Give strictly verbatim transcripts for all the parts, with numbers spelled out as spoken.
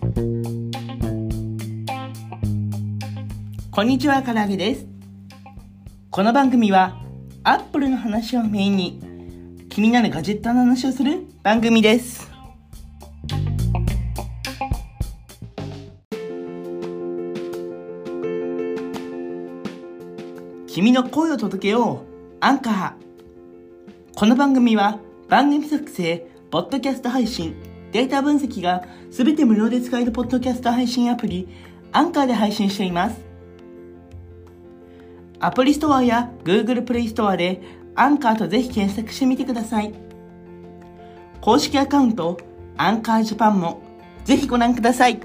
こんにちは、からあげです。この番組はアップルの話をメインに気になるガジェットの話をする番組です。君の声を届けよう、アンカー。この番組は番組作成、ポッドキャスト配信、データ分析がすべて無料で使えるポッドキャスト配信アプリアンカーで配信しています。アプリストアや Google プレイストアでアンカーとぜひ検索してみてください。公式アカウントアンカージャパンもぜひご覧ください。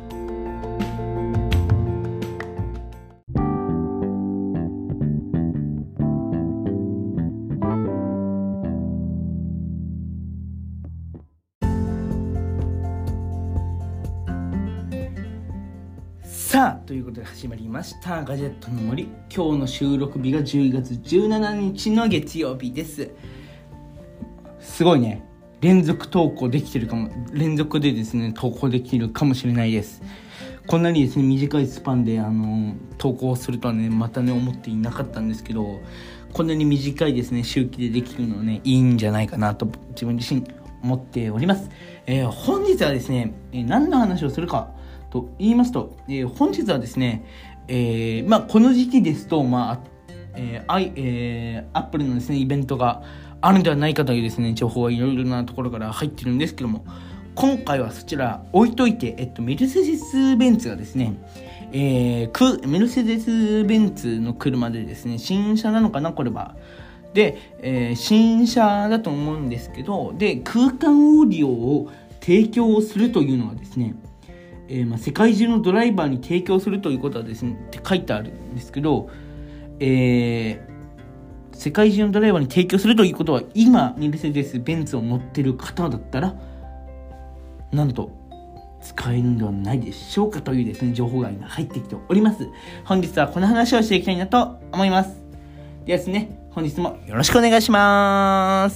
さあ、ということで始まりましたガジェットの森。今日の収録日がじゅうがつじゅうしちにちの月曜日です。すごいね、連続投稿できてるかも連続でですね投稿できるかもしれないです。こんなにですね短いスパンであの投稿するとはねまたね思っていなかったんですけど、こんなに短いですね周期でできるのはねいいんじゃないかなと自分自身思っております。えー、本日はですね、えー、何の話をするかと言いますと、えー、本日はですね、えー、まあこの時期ですと、まあ、えー、アイ、えー、アップルのですね、イベントがあるんではないかというですね、情報はいろいろなところから入ってるんですけども、今回はそちら置いといて、えっと、メルセデス・ベンツがですね、えー、くメルセデス・ベンツの車でですね、新車なのかな、これは。で、えー、新車だと思うんですけど、で、空間オーディオを提供するというのはですね、えーまあ、世界中のドライバーに提供するということはですねって書いてあるんですけど、えー、世界中のドライバーに提供するということは今メルセデス・ベンツを乗ってる方だったらなんと使えるのではないでしょうかというですね情報が今入ってきております。本日はこの話をしていきたいなと思います。でですね、本日もよろしくお願いします。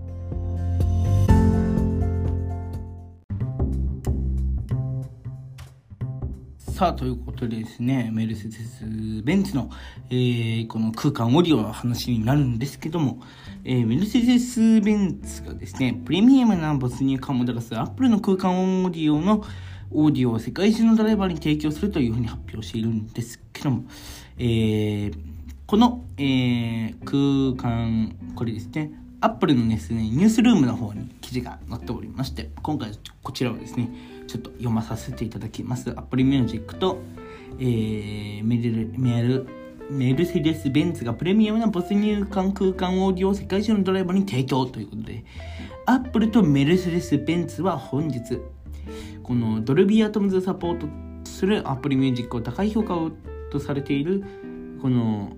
さあ、ということでですね、メルセデス・ベンツの、えー、この空間オーディオの話になるんですけども、えー、メルセデス・ベンツがですね、プレミアムな没入感をもたらすアップルの空間オーディオのオーディオを世界中のドライバーに提供するというふうに発表しているんですけども、えー、この、えー、空間、これですね、アップルのですね、ニュースルームの方に記事が載っておりまして、今回こちらをですね、ちょっと読まさせていただきます。Apple Music と、えー、メルメルメルセデス・ベンツがプレミアムな没入感空間オーディオを世界中のドライバーに提供ということで、Apple とメルセデス・ベンツは本日このドルビーアトムズサポートする Apple Music を高い評価をとされているこの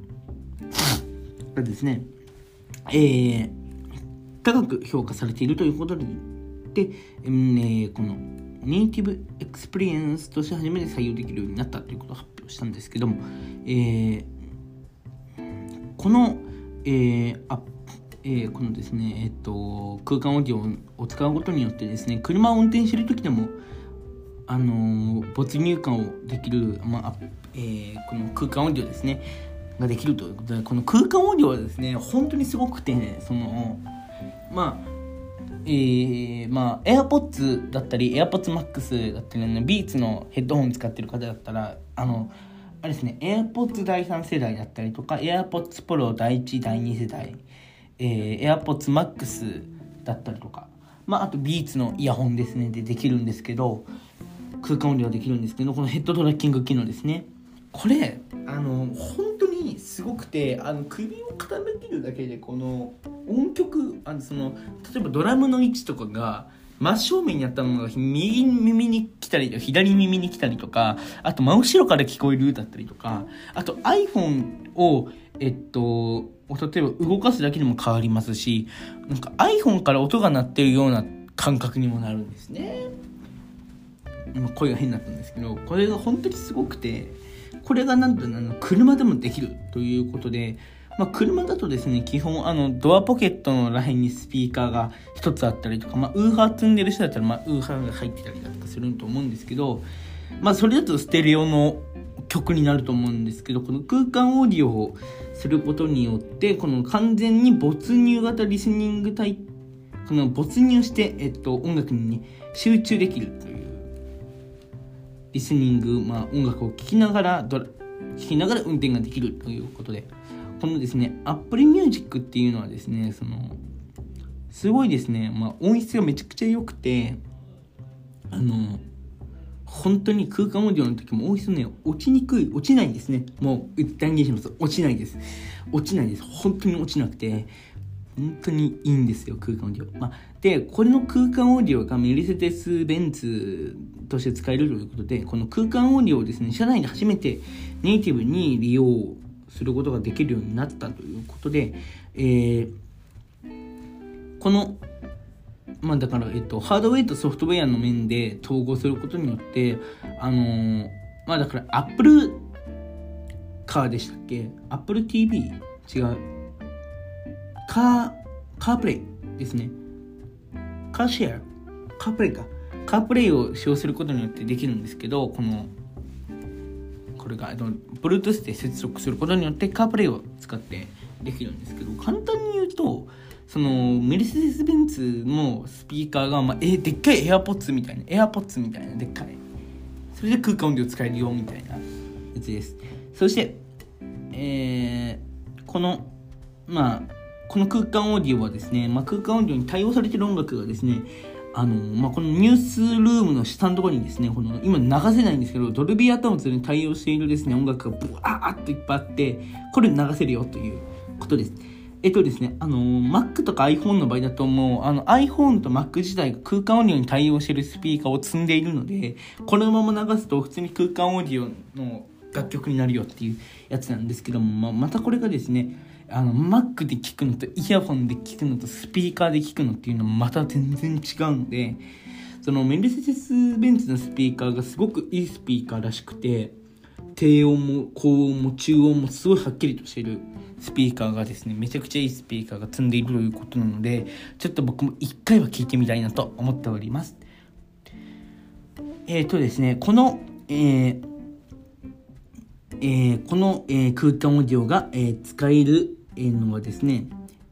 ですね、えー、高く評価されているということで、でえー、このネイティブエクスペリエンスとして初めて採用できるようになったということを発表したんですけども、えー、この、えーあえー、このですね、えー、と空間オーディオを使うことによってですね、車を運転している時でも、あのー、没入感をできる、まあえー、この空間オーディオですねができるということで、この空間オーディオはですね本当にすごくて、ね、そのまあえー、まあ AirPods だったり AirPods Max だったり、ね、Beats のヘッドホン使ってる方だったらあのあれですね AirPods だいさん世代だったりとか AirPods Pro だいいちだいに世代、えー、AirPods Max だったりとか、まああと Beats のイヤホンですねでできるんですけど、空間音量できるんですけど、このヘッドトラッキング機能ですね、これあの本当にすごくて、あの首を傾けるだけでこの音曲、あのその例えばドラムの位置とかが真正面にあったのが右耳に来たり左耳に来たりとか、あと真後ろから聞こえるだったりとか、あと iPhone をえっと例えば動かすだけでも変わりますし、なんか iPhone から音が鳴ってるような感覚にもなるんですね。声が変だったんですけど、これが本当にすごくて、これがなんとあの車でもできるということで、 まあ、車だとですね、基本あのドアポケットのらへんにスピーカーが一つあったりとか、まあ、ウーハー積んでる人だったら、まあ、ウーハーが入ってたりだとかすると思うんですけど、まあ、それだとステレオの曲になると思うんですけど、この空間オーディオをすることによって、この完全に没入型リスニング体、この没入して、えっと、音楽に、ね、集中できるという、リスニング、まあ、音楽を聴きながらドラ、聴きながら運転ができるということで、このですね、Apple Music っていうのはですね、その、すごいですね、まあ、音質がめちゃくちゃ良くて、あの、本当に空間オーディオの時も音質ね、落ちにくい、落ちないんですね。もう断言します。落ちないです。落ちないです。本当に落ちなくて、本当にいいんですよ、空間オーディオ。まあ、で、これの空間オーディオがメルセデス・ベンツとして使えるということで、この空間オーディオをですね、社内で初めてネイティブに利用することができるようになったということで、えー、このまあだから、えっと、ハードウェアとソフトウェアの面で統合することによって、あのー、まあだから、Apple カーでしたっけ？ Apple ティーブイ？ 違う。カー、カープレイですね。カーシェア？カープレイか。カープレイを使用することによってできるんですけど、この、これが、えっと、Bluetooth で接続することによって、カープレイを使ってできるんですけど、簡単に言うと、そのメルセデス・ベンツのスピーカーが、まあ、えでっかい AirPods みたいな AirPods みたいなでっかいそれで空間音量使えるよみたいなやつです。そして、えー、このまあこの空間オーディオはですね、まあ、空間オーディオに対応されている音楽がですね、あのまあ、このニュースルームの下のところにですね、この今流せないんですけど、ドルビーアトモスに対応しているですね音楽がブワーっといっぱいあって、これ流せるよということです。えっとですね、あの Mac とか iPhone の場合だともうあの iPhone と Mac 自体が空間オーディオに対応しているスピーカーを積んでいるので、このまま流すと普通に空間オーディオの楽曲になるよっていうやつなんですけども、まあ、またこれがですね、あの Mac で聴くのとイヤホンで聴くのとスピーカーで聴くのっていうのもまた全然違うので、そのメルセデス・ベンツのスピーカーがすごくいいスピーカーらしくて、低音も高音も中音もすごいはっきりとしているスピーカーがですね、めちゃくちゃいいスピーカーが積んでいるということなので、ちょっと僕も一回は聞いてみたいなと思っております。えーとですね、この、えーえー、この、えー、空間オーディオが、えー、使えるのはですね、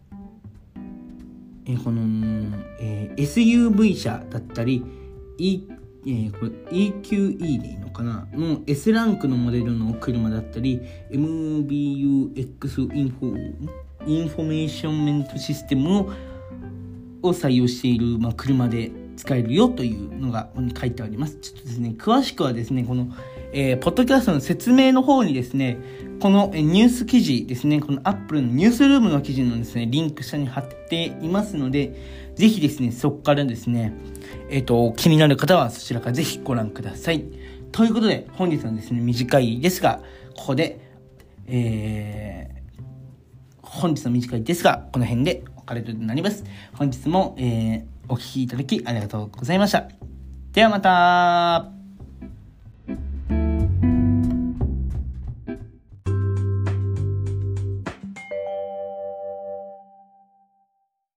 えー、この、えー、エスユーブイ 車だったり、Eえー、これ イーキューイー でいいのかなの S ランクのモデルの車だったり、 エムビーユーエックス インフォインフォメーションメントシステムをを採用している、まあ、車で使えるよというのがここに書いてあります。ちょっとですね、詳しくはですね、この、えー、ポッドキャストの説明の方にですね、このニュース記事ですね、この Apple のニュースルームの記事のですね、リンク下に貼っていますので、ぜひですね、そこからですね、えっと、気になる方はそちらからぜひご覧ください。ということで、本日のですね、短いですが、ここで、えー、本日の短いですが、この辺でお別れとなります。本日も、えー、お聞きいただきありがとうございました。ではまた。